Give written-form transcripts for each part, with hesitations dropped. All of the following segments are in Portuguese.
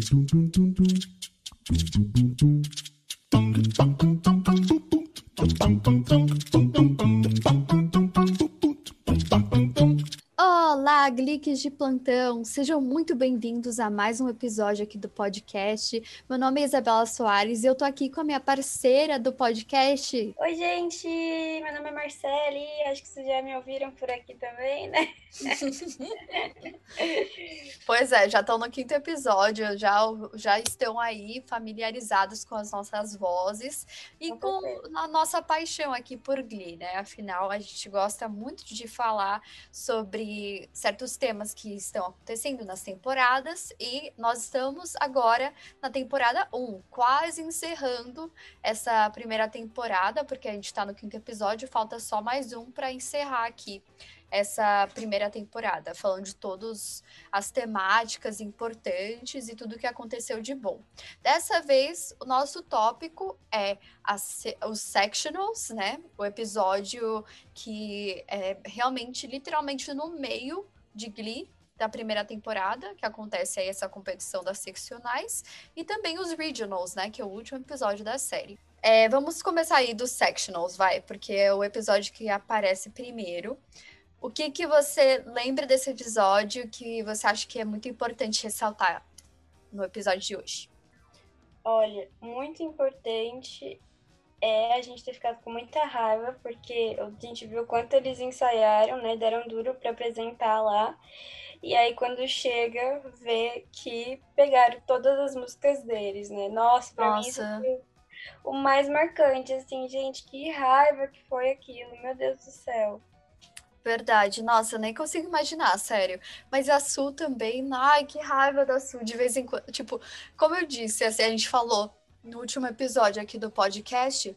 Olá, Gliques de plantão! Sejam muito bem-vindos a mais um episódio aqui do podcast. Meu nome é Isabela Soares e eu tô aqui com a minha parceira do podcast. Oi, gente! Meu nome é Marcele, acho que vocês já me ouviram por aqui também, né? Pois é, já estão no quinto episódio, já estão aí familiarizados com as nossas vozes e com a nossa paixão aqui por Glee, né? Afinal, a gente gosta muito de falar sobre certos temas que estão acontecendo nas temporadas e nós estamos agora na temporada 1, quase encerrando essa primeira temporada, porque a gente está no quinto episódio, falta só mais um para encerrar aqui essa primeira temporada, falando de todas as temáticas importantes e tudo que aconteceu de bom. Dessa vez, o nosso tópico é os sectionals, né? O episódio que é realmente, literalmente, no meio de Glee, da primeira temporada, que acontece aí essa competição das seccionais, e também os regionals, né? Que é o último episódio da série. Vamos começar aí dos sectionals, vai, porque é o episódio que aparece primeiro. O que você lembra desse episódio que você acha que é muito importante ressaltar no episódio de hoje? Olha, muito importante é a gente ter ficado com muita raiva, porque a gente viu quanto eles ensaiaram, né? Deram duro para apresentar lá. E aí, quando chega, vê que pegaram todas as músicas deles, né? Nossa, pra mim isso foi o mais marcante, assim, gente, que raiva que foi aquilo, meu Deus do céu. Verdade, nossa, eu nem consigo imaginar, sério. Mas a Su também, ai, que raiva da Su, de vez em quando. Tipo, como eu disse, assim, a gente falou no último episódio aqui do podcast,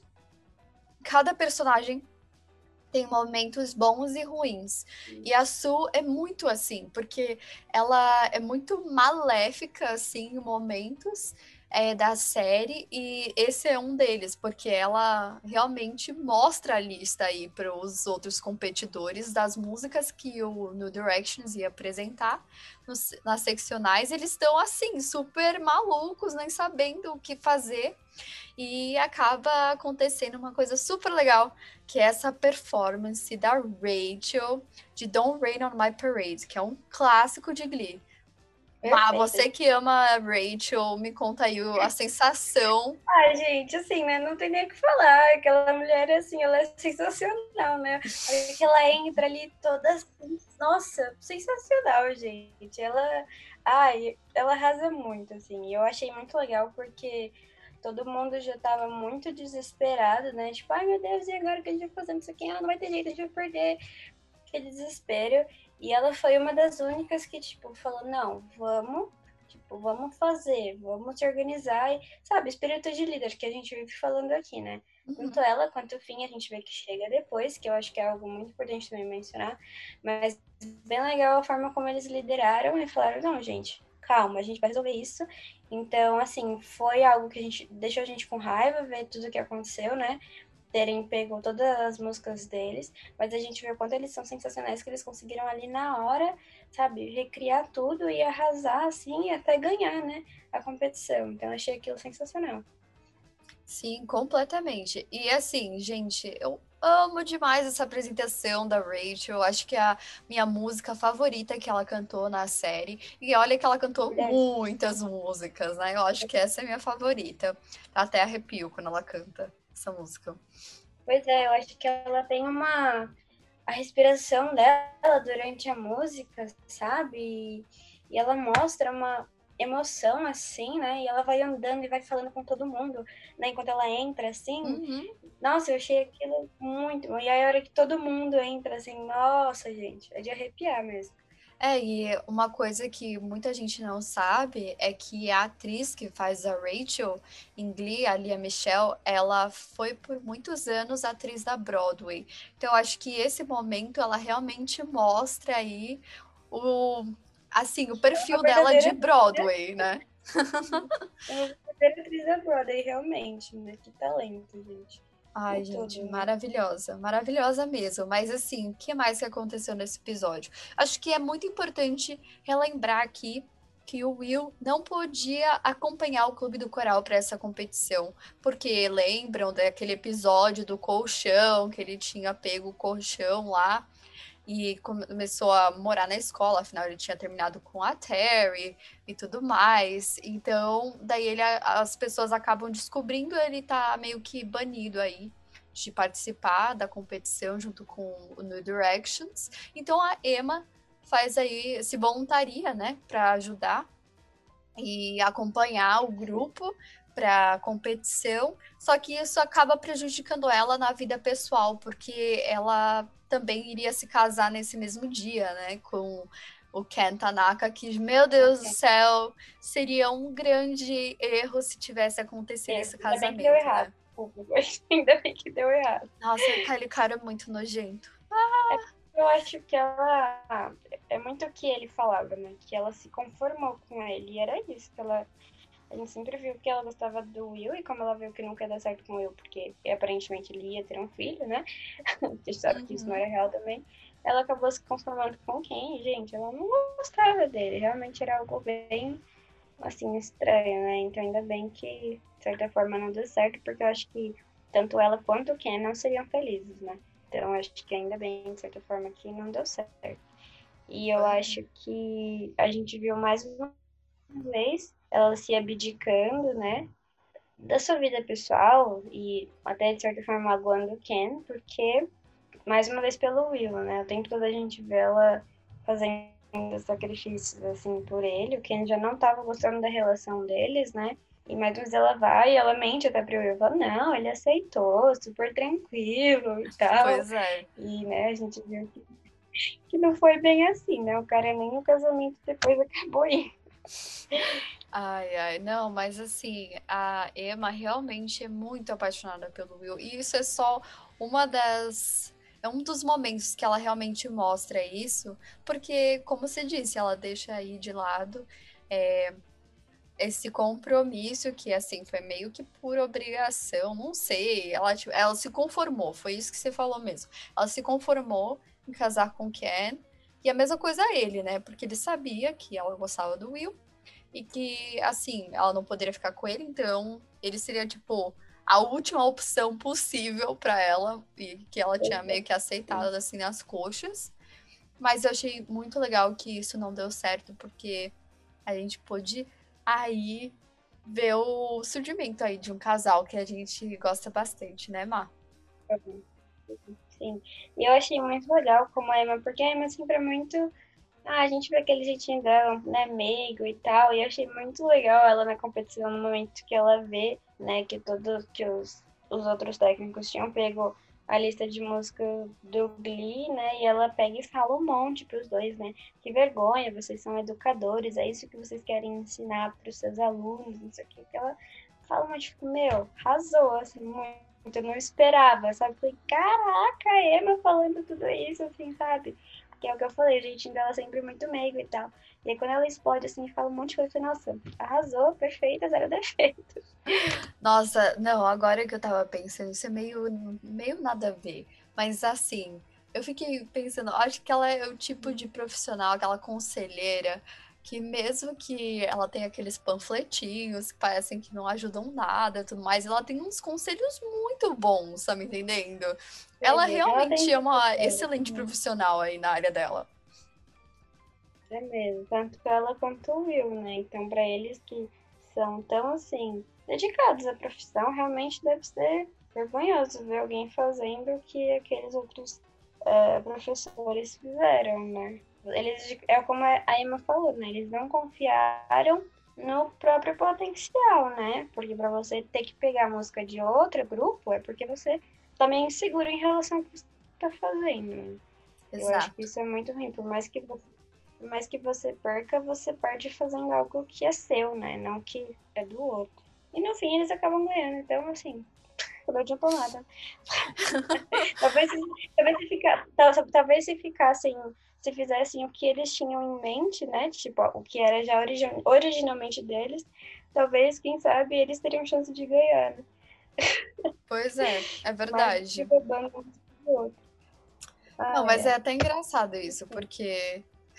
cada personagem tem momentos bons e ruins. E a Su é muito assim, porque ela é muito maléfica, assim, em momentos da série, e esse é um deles, porque ela realmente mostra a lista aí para os outros competidores das músicas que o New Directions ia apresentar nas seccionais. Eles estão, assim, super malucos, nem sabendo o que fazer. E acaba acontecendo uma coisa super legal, que é essa performance da Rachel de Don't Rain on My Parade, que é um clássico de Glee. Mas você que ama a Rachel, me conta aí a sensação. Ai, gente, assim, né? Não tem nem o que falar. Aquela mulher, assim, ela é sensacional, né? Que ela entra ali toda. Nossa, sensacional, gente. Ela arrasa muito, assim. E eu achei muito legal porque todo mundo já tava muito desesperado, né? Tipo, ai meu Deus, e agora o que a gente vai fazer? Não sei o que, não vai ter jeito, a gente vai perder. Aquele desespero. E ela foi uma das únicas que, tipo, falou: não, vamos fazer, vamos se organizar. E, sabe, espírito de líder que a gente vive falando aqui, né? Tanto ela quanto o Finn, a gente vê que chega depois, que eu acho que é algo muito importante também mencionar. Mas bem legal a forma como eles lideraram e falaram: não, gente, calma, a gente vai resolver isso. Então, assim, foi algo que deixou a gente com raiva ver tudo o que aconteceu, né? Terem pego todas as músicas deles, mas a gente vê o quanto eles são sensacionais, que eles conseguiram ali na hora, sabe, recriar tudo e arrasar, assim, e até ganhar, né, a competição. Então, eu achei aquilo sensacional. Sim, completamente. E assim, gente, eu amo demais essa apresentação da Rachel. Acho que é a minha música favorita que ela cantou na série. E olha que ela cantou muitas músicas, né? Eu acho que essa é a minha favorita. Dá até arrepio quando ela canta essa música. Pois é, eu acho que ela tem a respiração dela durante a música, sabe? E ela mostra uma emoção assim, né? E ela vai andando e vai falando com todo mundo, né? Enquanto ela entra assim. Nossa, eu achei aquilo muito. E aí a hora que todo mundo entra assim, nossa, gente, é de arrepiar mesmo. E uma coisa que muita gente não sabe é que a atriz que faz a Rachel em Glee, a Lea Michele, ela foi por muitos anos atriz da Broadway. Então, acho que esse momento ela realmente mostra aí o perfil dela de Broadway, né? Uma verdadeira atriz da Broadway, realmente, né? Que talento, gente. Ai, gente, maravilhosa, maravilhosa mesmo. Mas assim, o que mais que aconteceu nesse episódio? Acho que é muito importante relembrar aqui que o Will não podia acompanhar o Clube do Coral para essa competição, porque lembram daquele episódio do colchão, que ele tinha pego o colchão lá e começou a morar na escola, afinal ele tinha terminado com a Terry e tudo mais. Então, daí as pessoas acabam descobrindo, ele tá meio que banido aí de participar da competição junto com o New Directions. Então a Emma faz aí, se voluntaria, né, para ajudar e acompanhar o grupo para competição, só que isso acaba prejudicando ela na vida pessoal, porque ela também iria se casar nesse mesmo dia, né, com o Ken Tanaka, que, meu Deus do céu, seria um grande erro se tivesse acontecido esse Ainda bem que deu casamento, errado. né? Ainda bem que deu errado. Nossa, aquele cara é muito nojento. Eu acho que ela é muito o que ele falava, né? Que ela se conformou com ele. E era isso. A gente sempre viu que ela gostava do Will, e como ela viu que nunca ia dar certo com o Will, porque aparentemente ele ia ter um filho, né? A gente sabe que isso não era real também. Ela acabou se conformando com quem, gente? Ela não gostava dele. Realmente era algo bem, assim, estranho, né? Então ainda bem que, de certa forma, não deu certo, porque eu acho que tanto ela quanto o Ken não seriam felizes, né? Então acho que ainda bem, de certa forma, que não deu certo. E eu acho que a gente viu mais uma vez ela se abdicando, né? Da sua vida pessoal e até de certa forma magoando o Ken, porque, mais uma vez, pelo Will, né? O tempo todo a gente vê ela fazendo sacrifícios, assim, por ele. O Ken já não tava gostando da relação deles, né? E mais uma vez ela vai e ela mente até pro Will. Fala, não, ele aceitou, super tranquilo e tal. Pois é. E, né, a gente viu que não foi bem assim, né? O cara nem no casamento depois acabou indo. Ai, ai, não, mas assim, a Emma realmente é muito apaixonada pelo Will. E isso é só uma das. É um dos momentos que ela realmente mostra isso, porque, como você disse, ela deixa aí de lado é, esse compromisso que, assim, foi meio que por obrigação, não sei. Ela, tipo, ela se conformou, foi isso que você falou mesmo. Ela se conformou em casar com Ken, e a mesma coisa ele, né? Porque ele sabia que ela gostava do Will e que, assim, ela não poderia ficar com ele, então ele seria, tipo, a última opção possível para ela, e que ela tinha meio que aceitado, assim, nas coxas. Mas eu achei muito legal que isso não deu certo, porque a gente pôde aí ver o surgimento aí de um casal que a gente gosta bastante, né, Má? Sim. E eu achei muito legal como a Emma, porque a Emma sempre é muito. Ah, a gente vê aquele jeitinho dela, né, meigo e tal, e eu achei muito legal ela na competição no momento que ela vê, né, que os outros técnicos tinham pego a lista de música do Glee, né, e ela pega e fala um monte pros dois, né, que vergonha, vocês são educadores, é isso que vocês querem ensinar pros seus alunos, não sei o que ela fala, mas tipo, meu, arrasou, assim, muito, eu não esperava, sabe, falei, caraca, a Emma falando tudo isso, assim, sabe, que é o que eu falei, o jeitinho dela sempre muito meigo e tal. E aí quando ela explode, assim, fala um monte de coisa, eu falei, nossa, arrasou, perfeita, zero defeitos. Nossa, não, agora que eu tava pensando, isso é meio nada a ver. Mas assim, eu fiquei pensando, acho que ela é o tipo de profissional, aquela conselheira, que mesmo que ela tenha aqueles panfletinhos que parecem que não ajudam nada e tudo mais, ela tem uns conselhos muito bons, tá me entendendo? Ela Ela realmente tem é uma coisa, excelente profissional aí na área dela. é mesmo, tanto ela quanto o Will, né? Então, pra eles que são tão, assim, dedicados à profissão, realmente deve ser vergonhoso ver alguém fazendo o que aqueles outros professores fizeram, né? Eles, é como a Emma falou, né? Eles não confiaram no próprio potencial, né? Porque para você ter que pegar a música de outro grupo, é porque você tá meio inseguro em relação ao que você tá fazendo, né? Eu acho que Exato. isso é muito ruim. Por mais que você perca, você perde fazendo algo que é seu, né? Não que é do outro. E no fim eles acabam ganhando. Então, assim, não adiantou nada. Talvez, talvez se ficassem, se fizessem o que eles tinham em mente, né? Tipo, o que era já originalmente deles, talvez, quem sabe, eles teriam chance de ganhar, né? Pois é Mais do que verdade. roubando um do outro. Não, Ai, mas é ai. até engraçado isso, porque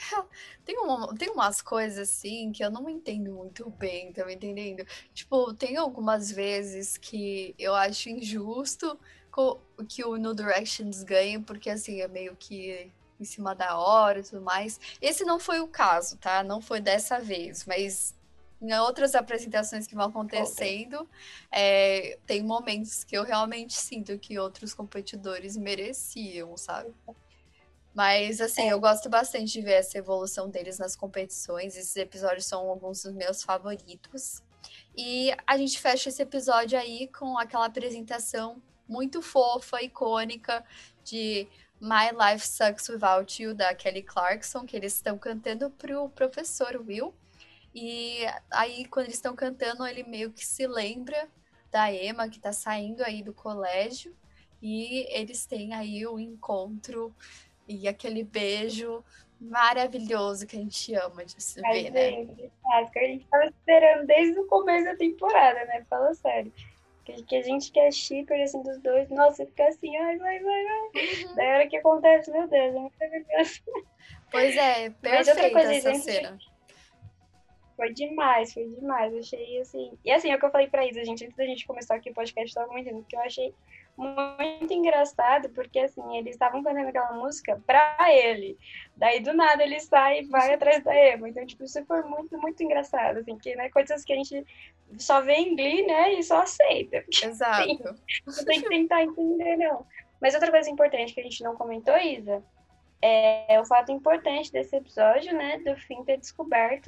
Tem umas coisas assim que eu não entendo muito bem, tá me entendendo? Tipo, tem algumas vezes que eu acho injusto que o No Directions ganhe, porque assim, é meio que em cima da hora e tudo mais. Esse não foi o caso, tá? Não foi dessa vez, mas em outras apresentações que vão acontecendo, tem momentos que eu realmente sinto que outros competidores mereciam, sabe? Mas, assim, eu gosto bastante de ver essa evolução deles nas competições. Esses episódios são alguns dos meus favoritos. E a gente fecha esse episódio aí com aquela apresentação muito fofa, icônica de My Life Sucks Without You, da Kelly Clarkson, que eles estão cantando pro professor Will. E aí, quando eles estão cantando, ele meio que se lembra da Emma, que tá saindo aí do colégio. E eles têm aí o encontro e aquele beijo maravilhoso que a gente ama de se ver, né? Gente, que a gente tava esperando desde o começo da temporada, né? Fala sério. Que a gente quer shipper, assim, dos dois. Nossa, fica assim, ai, vai. Uhum. Daí a hora que acontece, meu Deus, é muito maravilhoso. Pois é, Mas outra perfeita coisa, essa antes de... cena. Foi demais. Achei assim. E assim, é o que eu falei pra Isa, gente, antes da gente começar aqui o podcast, eu tava comentando que eu achei muito engraçado, porque assim, eles estavam cantando aquela música pra ele. Daí do nada ele sai e vai atrás da Emma. Então, tipo, isso foi muito engraçado, assim, que, né, coisas que a gente só vê em Glee, né, e só aceita. Porque, assim, Exato. não tem que tentar entender, não. Mas outra coisa importante que a gente não comentou, Isa, é o fato importante desse episódio, né, do Finn ter descoberto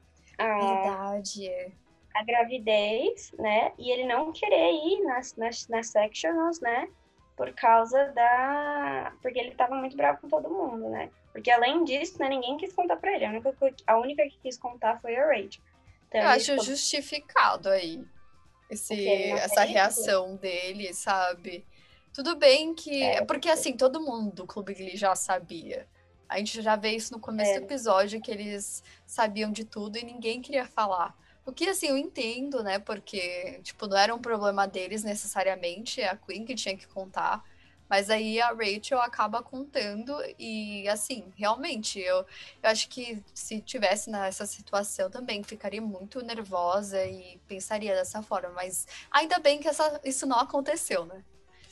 Verdade. a gravidez, né? E ele não querer ir nas sectionals, né? Por causa da. Porque ele tava muito bravo com todo mundo, né? Porque além disso, né, ninguém quis contar pra ele. A única que quis contar foi a Rachel. Então Eu ele acho ficou. justificado aí Porque ele não essa queria dizer. reação dele, sabe? Tudo bem que. É, Porque assim, todo mundo do Clube Glee já sabia. A gente já vê isso no começo do é, episódio, que eles sabiam de tudo e ninguém queria falar. O que, assim, eu entendo, né? Porque, tipo, não era um problema deles necessariamente, é a Queen que tinha que contar. Mas aí a Rachel acaba contando e, assim, realmente, eu acho que se tivesse nessa situação também ficaria muito nervosa e pensaria dessa forma. Mas ainda bem que isso não aconteceu, né?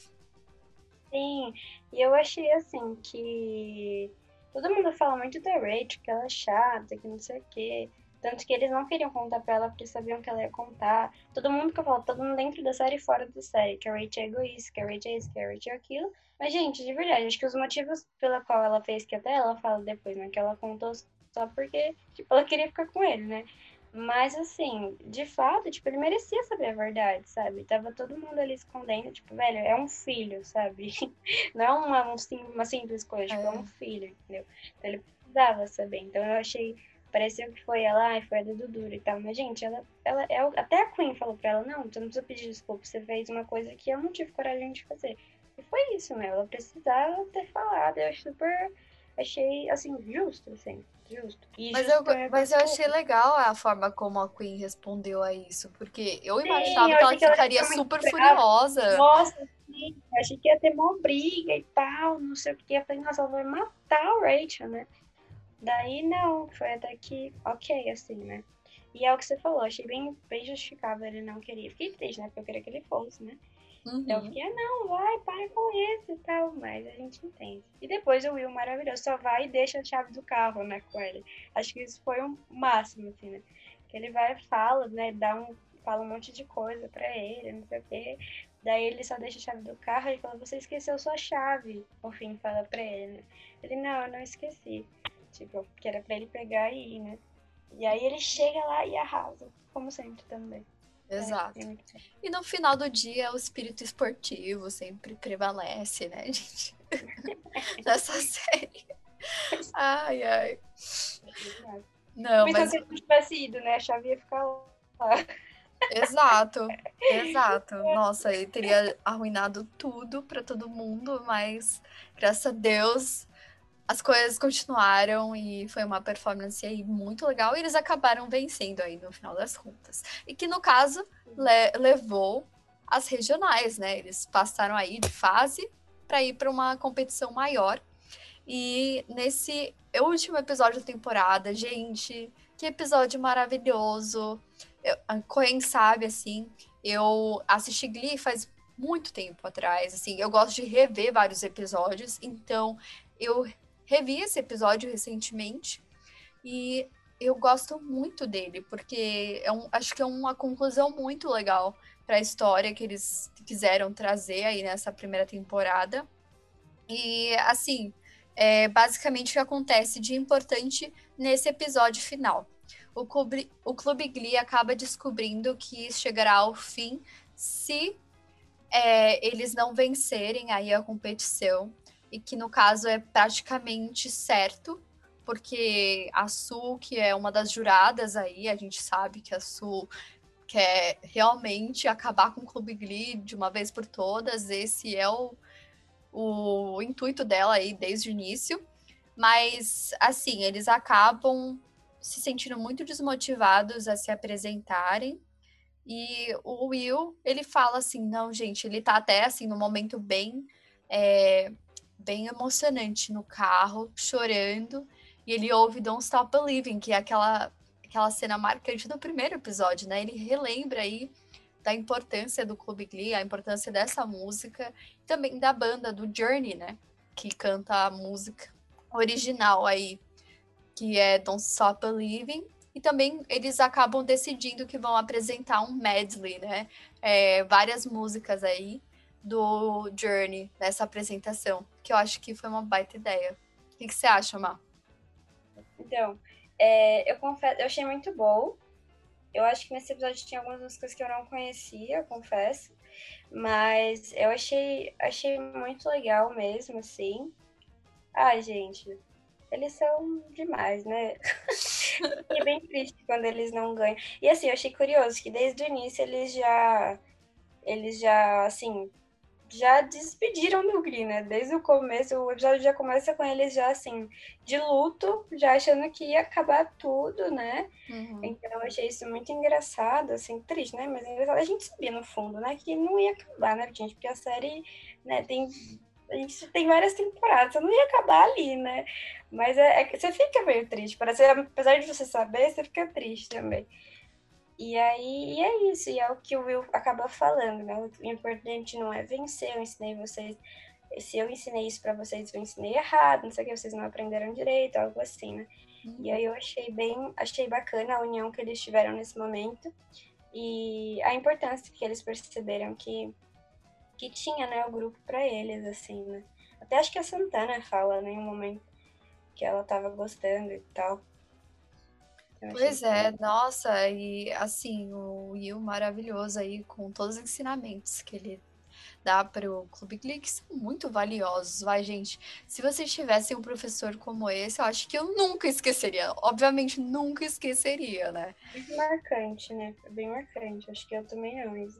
sim. E eu achei assim que todo mundo fala muito da Rachel, que ela é chata, que não sei o quê. Tanto que eles não queriam contar pra ela porque sabiam que ela ia contar. Todo mundo que eu falo, todo mundo dentro da série e fora da série, que a Rachel é egoísta, que a Rachel é isso, que a Rachel é aquilo. Mas, gente, de verdade, acho que os motivos pela qual ela fez, que até ela fala depois, né, que ela contou só porque, tipo, ela queria ficar com ele, né? Mas, assim, de fato, tipo, ele merecia saber a verdade, sabe? Tava todo mundo ali escondendo, tipo, velho, é um filho, sabe? Não é uma simples coisa, tipo, é um É, filho, entendeu? Então ele precisava saber. Então eu achei, pareceu que foi ela, ai, foi a dedo duro e tal. Mas, gente, até a Queen falou pra ela, não, você não precisa pedir desculpa, você fez uma coisa que eu não tive coragem de fazer. E foi isso, né? Ela precisava ter falado. Eu achei, assim, justo, assim, justo. E Mas eu, justo também mas pros eu achei poucos. legal a forma como a Queen respondeu a isso, porque eu Sim, imaginava eu que ela achei que ela ia ficaria ficar muito super brava. furiosa. Nossa, sim, eu achei que ia ter uma briga e tal, não sei o que. Eu falei, nossa, ela vai matar o Rachel, né? Daí não, foi até que ok, assim, né? E é o que você falou, achei bem justificável ele não querer. Fiquei triste, né? Porque eu queria que ele fosse, né? Então eu Uhum. fiquei, ah, não, vai, para com isso e tal, mas a gente entende. E depois o Will maravilhoso, só vai e deixa a chave do carro, né, com ele. Acho que isso foi o máximo, assim, né? Que ele vai e fala, né, fala um monte de coisa pra ele, não sei o quê. Daí ele só deixa a chave do carro e fala, você esqueceu sua chave. O fim fala pra ele, né? Ele, não, eu não esqueci. Tipo, que era pra ele pegar e ir, né? E aí ele chega lá e arrasa, como sempre também. É Exato. muito bom. E no final do dia, o espírito esportivo sempre prevalece, né, gente? Nessa série. Ai, ai. Não, Mas se mas ele não tivesse ido, né? A chave ia ficar lá. exato. Exato. Nossa, ele teria arruinado tudo pra todo mundo, mas graças a Deus as coisas continuaram e foi uma performance aí muito legal e eles acabaram vencendo aí no final das contas. E que no caso levou as regionais, né? Eles passaram aí de fase para ir para uma competição maior. E nesse último episódio da temporada, gente, que episódio maravilhoso. A Coen sabe, assim, eu assisti Glee faz muito tempo atrás, assim, eu gosto de rever vários episódios, então eu revi esse episódio recentemente e eu gosto muito dele, porque acho que é uma conclusão muito legal para a história que eles quiseram trazer aí nessa primeira temporada. E, assim, basicamente o que acontece de importante nesse episódio final. O Clube Glee acaba descobrindo que chegará ao fim se eles não vencerem aí a competição, e que no caso é praticamente certo, porque a Su, que é uma das juradas aí, a gente sabe que a Su quer realmente acabar com o Clube Glee de uma vez por todas, esse é o intuito dela aí desde o início, mas assim, eles acabam se sentindo muito desmotivados a se apresentarem. E o Will, ele fala assim, não, gente, ele tá até assim num momento bem emocionante no carro, chorando, e ele ouve Don't Stop Believing, que é aquela cena marcante do primeiro episódio, né? Ele relembra aí da importância do Clube Glee, a importância dessa música, e também da banda do Journey, né? Que canta a música original aí, que é Don't Stop Believing. E também eles acabam decidindo que vão apresentar um medley, né? Várias músicas aí do Journey nessa apresentação, que eu acho que foi uma baita ideia. O que você acha, Má? Então, eu confesso, eu achei muito bom. Eu acho que nesse episódio tinha algumas músicas que eu não conhecia, eu confesso. Mas eu achei muito legal mesmo, assim. Ai, gente, eles são demais, né? Fiquei bem triste quando eles não ganham. E assim, eu achei curioso que desde o início eles já, assim, já despediram do Glee, né? Desde o começo, o episódio já começa com eles já, assim, de luto, já achando que ia acabar tudo, né? Uhum. Então eu achei isso muito engraçado, assim, triste, né? Mas engraçado, a gente sabia no fundo, né, que não ia acabar, né, gente? Porque a série, né, a gente tem várias temporadas, não ia acabar ali, né? Mas você fica meio triste, parece, apesar de você saber, você fica triste também. E aí é isso, e é o que o Will acaba falando, né? O importante não é vencer, eu ensinei vocês. Se eu ensinei isso pra vocês, eu ensinei errado, não sei o que, vocês não aprenderam direito, algo assim, né? E aí eu achei bacana a união que eles tiveram nesse momento e a importância que eles perceberam que tinha, né, o grupo para eles, assim, né? Até acho que a Santana fala, né, em um momento que ela tava gostando e tal. Eu achei Pois isso bem é, legal. nossa, e assim, o Will maravilhoso aí, com todos os ensinamentos que ele dá para o Clube Glee, que são muito valiosos, vai, gente. Se vocês tivessem um professor como esse, eu acho que eu nunca esqueceria. Obviamente, nunca esqueceria, né? Muito marcante, né? Foi bem marcante. Acho que eu também não, Isa.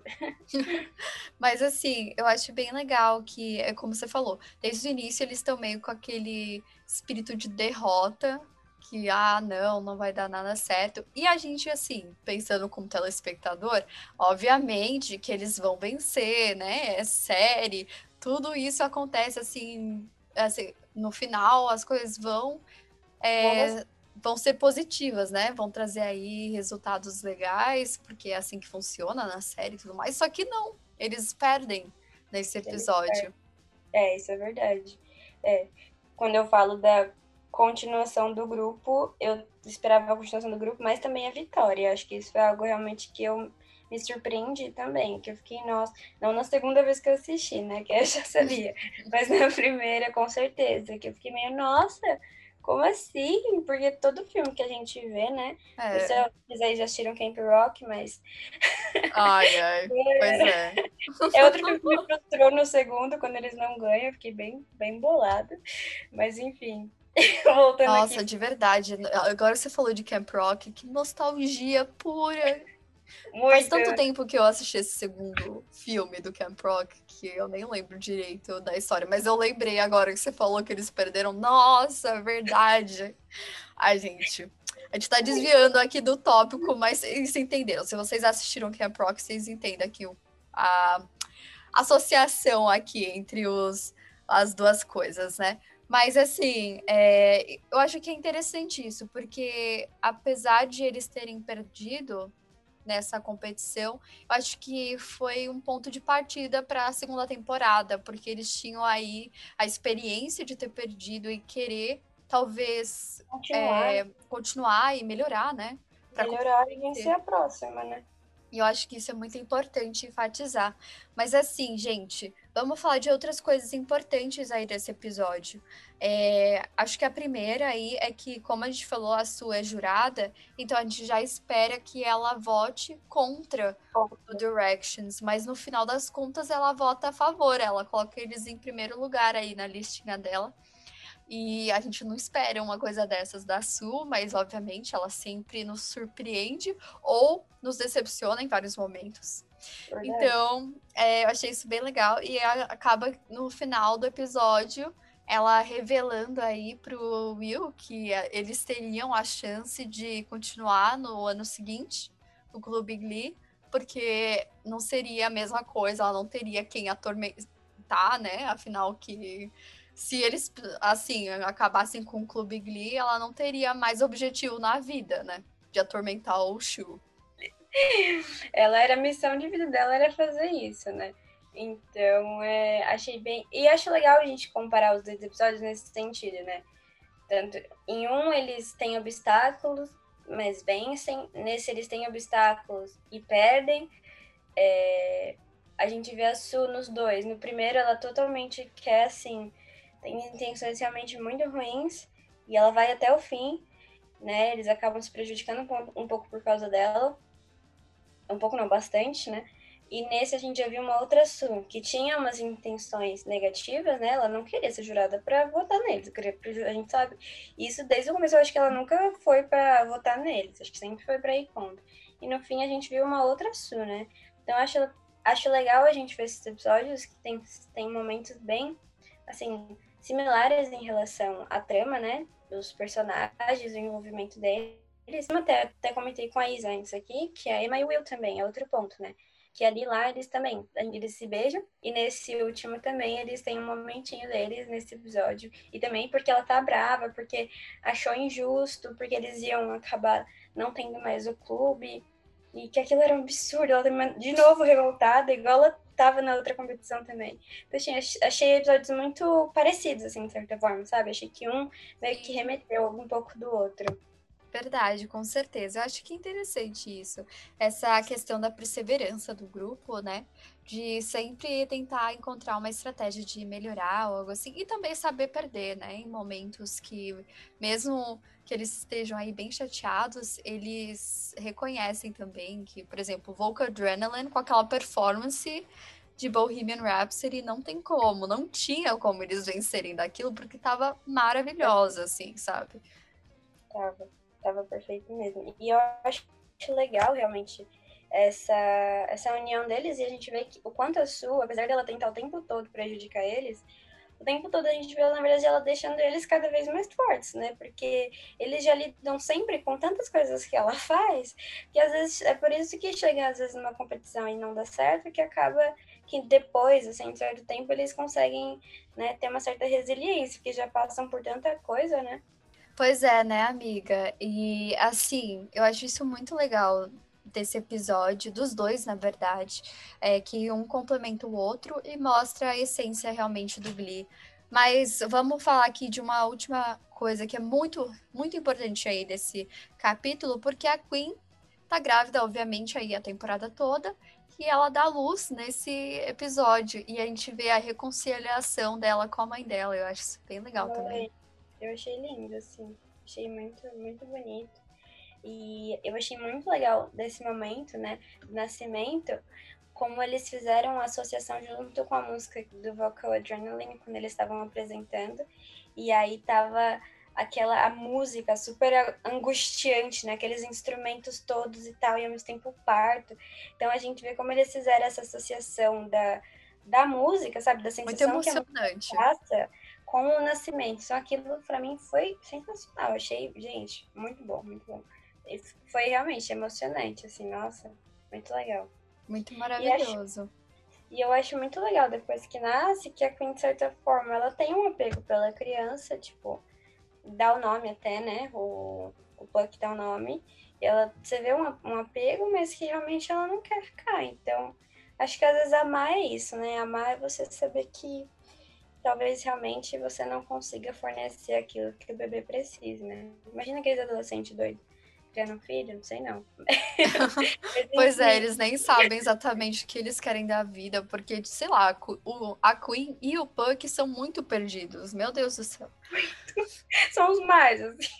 Mas assim, eu acho bem legal que, é como você falou, desde o início eles estão meio com aquele espírito de derrota, que, não vai dar nada certo. E a gente, assim, pensando como telespectador, obviamente que eles vão vencer, né? É série, tudo isso acontece assim, no final as coisas Vamos dar vão ser positivas, né? Vão trazer aí resultados legais, porque é assim que funciona na série e tudo mais. Só que não, eles perdem nesse episódio. isso é verdade. É, quando eu falo da continuação do grupo, eu esperava a continuação do grupo, mas também a vitória. Acho que isso foi algo realmente que eu me surpreendi também, que eu fiquei, nossa, não na segunda vez que eu assisti, né, que eu já sabia, mas na primeira, com certeza, que eu fiquei meio, nossa, como assim? Porque todo filme que a gente vê, né, não sei É. se vocês aí já assistiram Camp Rock, mas Ai, ai. Pois é. é outro filme que me frustrou no segundo, quando eles não ganham, eu fiquei bem, bem bolada. Mas enfim, voltando Nossa, aqui. de verdade. Agora você falou de Camp Rock, que nostalgia pura. Faz Muito. tanto tempo que eu assisti esse segundo filme do Camp Rock que eu nem lembro direito da história. Mas eu lembrei agora que você falou que eles perderam. Nossa, é verdade. Ai, gente. A gente tá desviando aqui do tópico, mas vocês entenderam. Se vocês assistiram Camp Rock, vocês entendem aqui a associação aqui entre as duas coisas, né? Mas, assim, eu acho que é interessante isso, porque apesar de eles terem perdido nessa competição, eu acho que foi um ponto de partida para a segunda temporada, porque eles tinham aí a experiência de ter perdido e querer, talvez, continuar e melhorar, né? Pra Melhorar e vencer vencer. a próxima, né? E eu acho que isso é muito importante enfatizar. Mas assim, gente, vamos falar de outras coisas importantes aí desse episódio. Acho que a primeira aí é que, como a gente falou, a Sue é jurada, então a gente já espera que ela vote contra o Directions, mas no final das contas ela vota a favor, ela coloca eles em primeiro lugar aí na listinha dela. E a gente não espera uma coisa dessas da Su, mas obviamente ela sempre nos surpreende ou nos decepciona em vários momentos. Verdade. Então, eu achei isso bem legal. E acaba no final do episódio ela revelando aí pro Will que eles teriam a chance de continuar no ano seguinte no Clube Glee, porque não seria a mesma coisa, ela não teria quem atormentar, né? Afinal, que se eles, assim, acabassem com o Clube Glee, ela não teria mais objetivo na vida, né? De atormentar o Shu. Ela era a missão de vida dela era fazer isso, né? Então, achei bem. E acho legal a gente comparar os dois episódios nesse sentido, né? Tanto em um eles têm obstáculos, mas vencem. Nesse eles têm obstáculos e perdem. A gente vê a Su nos dois. No primeiro, ela totalmente quer, assim, tem intenções realmente muito ruins e ela vai até o fim, né? Eles acabam se prejudicando um pouco por causa dela. Um pouco não, bastante, né? E nesse a gente já viu uma outra Su, que tinha umas intenções negativas, né? Ela não queria ser jurada pra votar neles. A gente sabe. Isso desde o começo eu acho que ela nunca foi pra votar neles. Acho que sempre foi pra ir contra. E no fim a gente viu uma outra Su, né? Então acho legal a gente ver esses episódios que tem momentos bem, assim, similares em relação à trama, né? Dos personagens, o envolvimento deles. Até comentei com a Isa antes aqui, que a Emma e o Will também, é outro ponto, né? Que ali lá eles também, eles se beijam, e nesse último também eles têm um momentinho deles nesse episódio. E também porque ela tá brava, porque achou injusto, porque eles iam acabar não tendo mais o clube, e que aquilo era um absurdo, ela tá de novo revoltada, igual ela tava na outra competição também. Então, assim, achei episódios muito parecidos, assim, de certa forma, sabe? Achei que um meio que remeteu um pouco do outro. Verdade, com certeza. Eu acho que é interessante isso. Essa questão da perseverança do grupo, né? De sempre tentar encontrar uma estratégia de melhorar ou algo assim. E também saber perder, né? Em momentos que, mesmo que eles estejam aí bem chateados, eles reconhecem também que, por exemplo, Vocal Adrenaline, com aquela performance de Bohemian Rhapsody, não tem como, não tinha como eles vencerem daquilo, porque tava maravilhosa, assim, sabe? Tava perfeito mesmo. E eu acho legal, realmente, essa união deles, e a gente vê que o quanto a Su, apesar dela tentar o tempo todo prejudicar eles, o tempo todo a gente vê, na verdade, ela deixando eles cada vez mais fortes, né? Porque eles já lidam sempre com tantas coisas que ela faz, que às vezes é por isso que chega, às vezes, numa competição e não dá certo, que acaba que depois, assim, em certo tempo, eles conseguem, né, ter uma certa resiliência, porque já passam por tanta coisa, né? Pois é, né, amiga? E assim, eu acho isso muito legal desse episódio, dos dois, na verdade, que um complementa o outro e mostra a essência realmente do Glee. Mas vamos falar aqui de uma última coisa que é muito, muito importante aí desse capítulo, porque a Queen tá grávida, obviamente, aí a temporada toda, e ela dá luz nesse episódio, e a gente vê a reconciliação dela com a mãe dela. Eu acho isso bem legal também. Eu achei lindo, assim. Achei muito, muito bonito. E eu achei muito legal desse momento, né, do nascimento, como eles fizeram a associação junto com a música do Vocal Adrenaline, quando eles estavam apresentando. E aí tava a música super angustiante, né, aqueles instrumentos todos e tal, e ao mesmo tempo o parto. Então a gente vê como eles fizeram essa associação da música, sabe, da Muito sensação que a música emocionante. passa com o nascimento. Então aquilo para mim foi sensacional. Eu achei, gente, muito bom, muito bom. E foi realmente emocionante, assim, nossa, muito legal. Muito E acho, maravilhoso. E eu acho muito legal depois que nasce, que a Queen, de certa forma, ela tem um apego pela criança, tipo, dá o nome até, né? O Puck dá o nome. E ela, você vê um apego, mas que realmente ela não quer ficar. Então, acho que às vezes amar é isso, né? Amar é você saber que talvez realmente você não consiga fornecer aquilo que o bebê precisa, né? Imagina aqueles adolescentes doidos criando um filho, não sei não. Mas Pois é, enfim, eles nem sabem exatamente o que eles querem da vida, porque, sei lá, a Queen e o Puck são muito perdidos. Meu Deus do céu. são os mais, assim.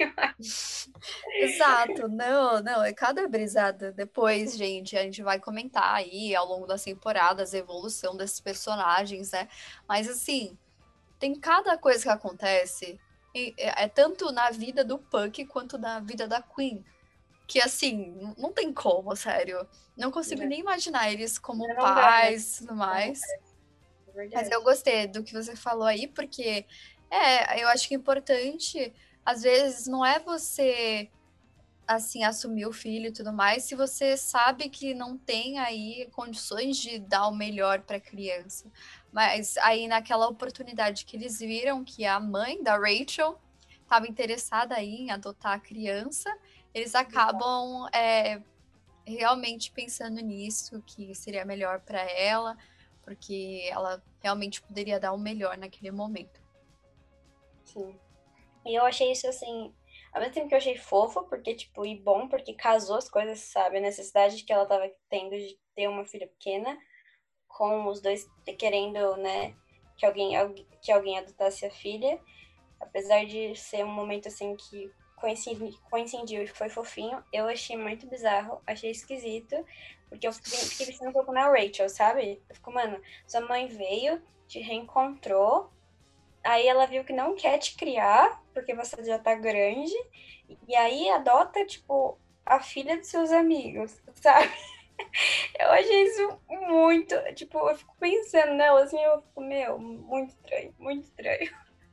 Exato, não, não, é cada brisada. Depois, gente, a gente vai comentar aí ao longo das temporadas a evolução desses personagens, né? Mas assim, tem cada coisa que acontece, é tanto na vida do Puck quanto na vida da Queen. Que assim, não tem como, sério. Não consigo Não, nem imaginar eles como não dá, né? pais e tudo mais. É Mas eu verdade. gostei do que você falou aí, porque eu acho que é importante, às vezes, não é você assim assumir o filho e tudo mais, se você sabe que não tem aí condições de dar o melhor para a criança. Mas aí naquela oportunidade que eles viram que a mãe da Rachel estava interessada aí em adotar a criança, eles acabam realmente pensando nisso, que seria melhor para ela, porque ela realmente poderia dar o melhor naquele momento. Sim. E eu achei isso assim, ao mesmo tempo que eu achei fofo, porque, tipo, e bom, porque casou as coisas, sabe? A necessidade que ela tava tendo de ter uma filha pequena, com os dois querendo, né, que alguém adotasse a filha. Apesar de ser um momento assim que coincidiu e foi fofinho, eu achei muito bizarro, achei esquisito, porque eu fiquei pensando um pouco na Rachel, sabe? Eu fico, mano, sua mãe veio, te reencontrou, aí ela viu que não quer te criar, porque você já tá grande, e aí adota, tipo, a filha dos seus amigos, sabe? Eu achei isso muito, tipo, eu fico pensando nela assim, eu fico, meu, muito estranho, muito estranho.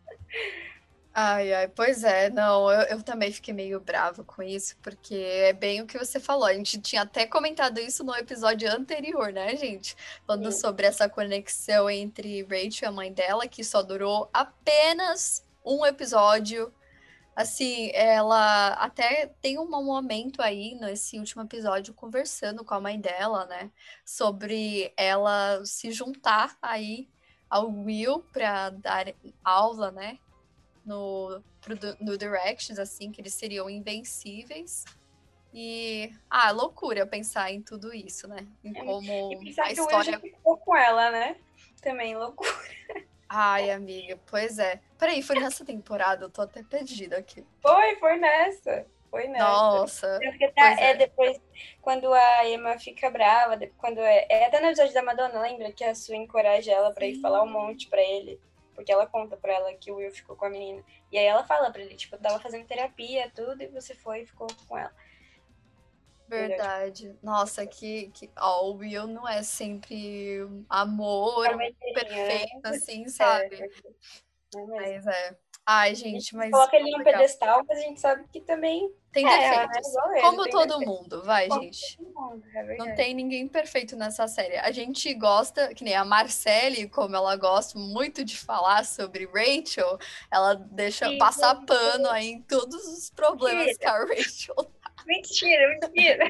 Ai, ai, pois é, não, eu também fiquei meio brava com isso, porque é bem o que você falou. A gente tinha até comentado isso no episódio anterior, né, gente? Falando Sim, sobre essa conexão entre Rachel e a mãe dela, que só durou apenas um episódio. Assim, ela até tem um momento aí nesse último episódio conversando com a mãe dela, né? Sobre ela se juntar aí ao Will para dar aula, né? No Directions, assim, que eles seriam invencíveis. E, loucura pensar em tudo isso, né? Em e como pensar a que o Will já história. ficou com ela, né? Também loucura. Ai, amiga, pois é. Peraí, foi nessa temporada, eu tô até perdida aqui. Foi nessa. Foi nessa. Nossa, Tanto que pois é é. depois, quando a Emma fica brava, quando é até no episódio da Madonna, lembra que a Sue encoraja ela pra ir falar um Sim. monte pra ele? Porque ela conta pra ela que o Will ficou com a menina. E aí ela fala pra ele, tipo, eu tava fazendo terapia, tudo, e você foi e ficou com ela. Entendeu? Tipo, Verdade. Nossa, ó, o Will não é sempre amor calmeirinha, né? perfeito, assim, É, sabe? não é mesmo. Mas é. Ai, A gente gente, mas coloca ele em um legal. pedestal, mas a gente sabe que também Tem erra, né? defeitos. Igual ele, Como tem todo defeito. mundo, vai, Como gente. todo mundo, é Não verdade. tem ninguém perfeito nessa série. A gente gosta, que nem a Marcelle, como ela gosta muito de falar sobre Rachel, ela deixa E passar pano aí em todos os problemas que mentira, a Rachel. mentira, mentira.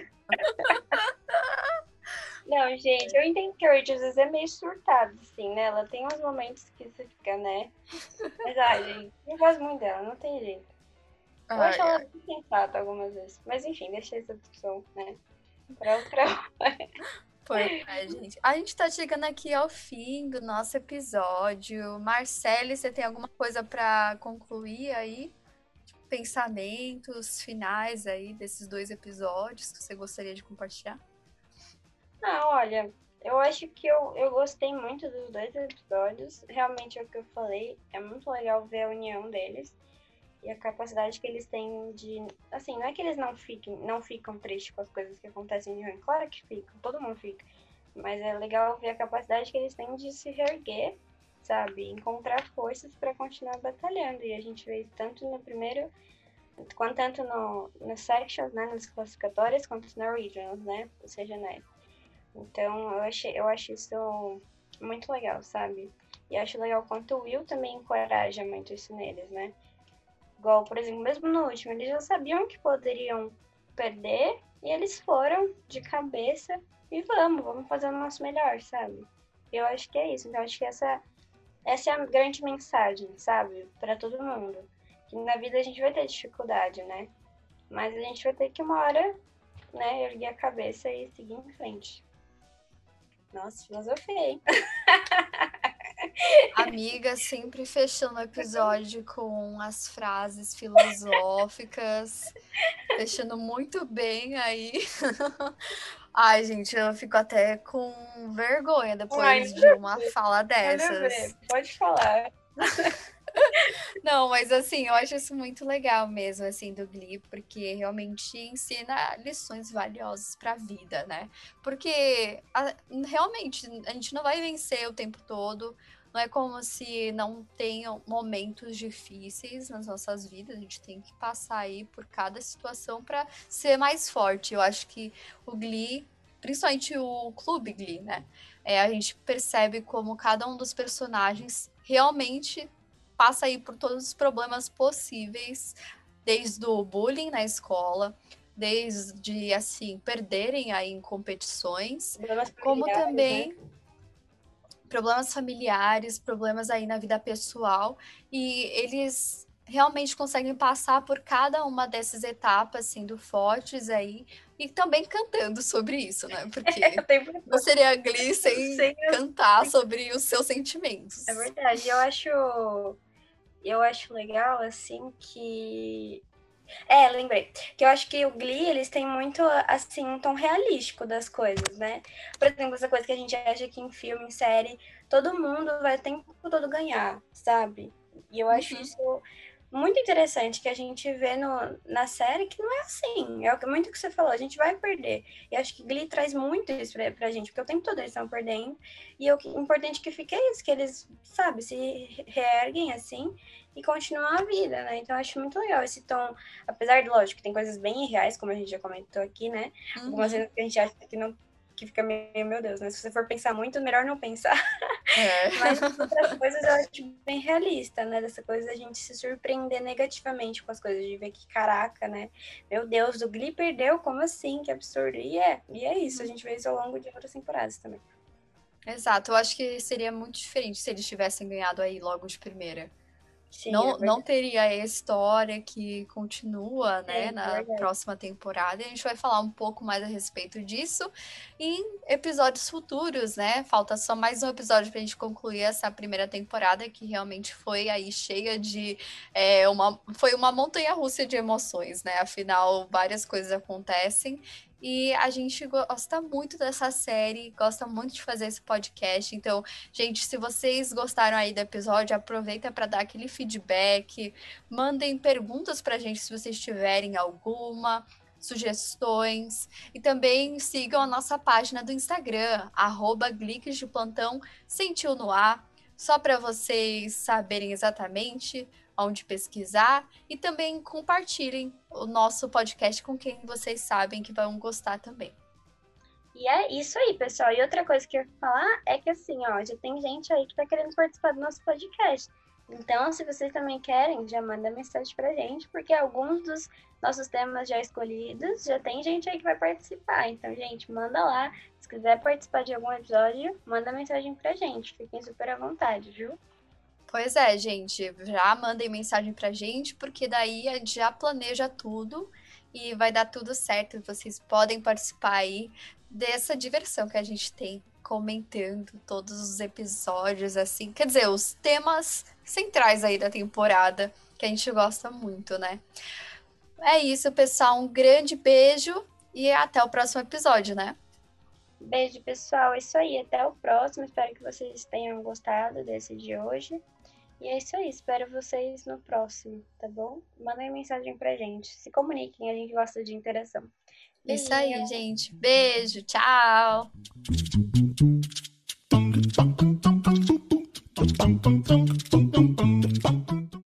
Não, gente, eu entendo que a Rachel às vezes é meio surtada, assim, né? Ela tem uns momentos que você fica, né? Mas, ai, gente, eu gosto muito dela, não tem jeito. Eu acho Ai, ela ai. bem sensata algumas vezes. Mas, enfim, deixa essa discussão, né? Pra outra. Pois é, gente. A gente tá chegando aqui ao fim do nosso episódio. Marcele, você tem alguma coisa para concluir aí? Tipo, pensamentos finais aí desses dois episódios que você gostaria de compartilhar? Ah, olha, eu acho que eu gostei muito dos dois episódios. Realmente é o que eu falei. É muito legal ver a união deles. E a capacidade que eles têm de. Assim, não é que eles não ficam tristes com as coisas que acontecem de ruim. Claro que ficam, todo mundo fica. Mas é legal ver a capacidade que eles têm de se reerguer, sabe? Encontrar forças para continuar batalhando. E a gente vê isso tanto no primeiro, quanto tanto no sections, né? Nas classificatórias, quanto na regionals, né? Os regionais. Então, eu acho isso muito legal, sabe? E acho legal o quanto o Will também encoraja muito isso neles, né? Igual, por exemplo, mesmo no último, eles já sabiam que poderiam perder e eles foram de cabeça e vamos fazer o nosso melhor, sabe? Eu acho que é isso. Então, acho que essa é a grande mensagem, sabe? Para todo mundo. Que na vida a gente vai ter dificuldade, né? Mas a gente vai ter que uma hora, né, erguer a cabeça e seguir em frente. Nossa, filosofia, hein? Amiga, sempre fechando o episódio com as frases filosóficas, fechando muito bem aí. Ai, gente, eu fico até com vergonha depois de uma fala Manda ver, dessas. pode falar. Não, mas assim, eu acho isso muito legal mesmo, assim, do Glee, porque realmente ensina lições valiosas para a vida, né? Porque realmente a gente não vai vencer o tempo todo, não é como se não tenham momentos difíceis nas nossas vidas, a gente tem que passar aí por cada situação para ser mais forte. Eu acho que o Glee, principalmente o Clube Glee, né? A gente percebe como cada um dos personagens realmente passa aí por todos os problemas possíveis, desde o bullying na escola, desde, assim, perderem aí em competições, como também, né, problemas familiares, problemas aí na vida pessoal, e eles realmente conseguem passar por cada uma dessas etapas, sendo fortes aí, e também cantando sobre isso, né? Porque não seria Glee sem cantar sobre os seus sentimentos. É verdade, eu acho legal, assim, que... lembrei. Que eu acho que o Glee, eles têm muito, assim, um tom realístico das coisas, né? Por exemplo, essa coisa que a gente acha que em filme, em série, todo mundo vai o tempo todo ganhar, sabe? E eu acho isso muito interessante, que a gente vê na série que não é assim. É muito o que você falou, a gente vai perder. E acho que Glee traz muito isso pra gente, porque o tempo todo eles estão perdendo. E o importante que fica é isso, que eles, sabe, se reerguem assim e continuam a vida, né? Então eu acho muito legal esse tom, apesar de, lógico, que tem coisas bem irreais, como a gente já comentou aqui, né? Algumas vezes que a gente acha que não, que fica meio, meu Deus, né? Se você for pensar muito, melhor não pensar. Mas outras coisas eu acho bem realista, né? Dessa coisa da gente se surpreender negativamente com as coisas, de ver que, caraca, né? Meu Deus, o Glee perdeu, como assim? Que absurdo. E é isso, a gente vê isso ao longo de outras temporadas também. Exato, eu acho que seria muito diferente se eles tivessem ganhado aí logo de primeira. Sim, não teria a história que continua, né, na próxima temporada. E a gente vai falar um pouco mais a respeito disso em episódios futuros, né? Falta só mais um episódio pra gente concluir essa primeira temporada, que realmente foi aí cheia de... foi uma montanha-russa de emoções, né? Afinal, várias coisas acontecem. E a gente gosta muito dessa série, gosta muito de fazer esse podcast. Então, gente, se vocês gostaram aí do episódio, aproveita para dar aquele feedback, mandem perguntas pra gente se vocês tiverem alguma, sugestões, e também sigam a nossa página do Instagram, @gliques_de_plantão, sentiu no ar, só para vocês saberem exatamente onde pesquisar, e também compartilhem o nosso podcast com quem vocês sabem que vão gostar também. E é isso aí, pessoal. E outra coisa que eu ia falar é que, assim, ó, já tem gente aí que tá querendo participar do nosso podcast. Então, se vocês também querem, já manda mensagem pra gente, porque alguns dos nossos temas já escolhidos, já tem gente aí que vai participar. Então, gente, manda lá. Se quiser participar de algum episódio, manda mensagem pra gente. Fiquem super à vontade, viu? Pois é, gente, já mandem mensagem pra gente, porque daí a gente já planeja tudo e vai dar tudo certo. Vocês podem participar aí dessa diversão que a gente tem comentando todos os episódios, assim, quer dizer, os temas centrais aí da temporada, que a gente gosta muito, né? É isso, pessoal, um grande beijo e até o próximo episódio, né? Beijo, pessoal. É isso aí. Até o próximo. Espero que vocês tenham gostado desse de hoje. E é isso aí. Espero vocês no próximo, tá bom? Mandem mensagem pra gente. Se comuniquem. A gente gosta de interação. Isso aí, gente. Beijo. Tchau.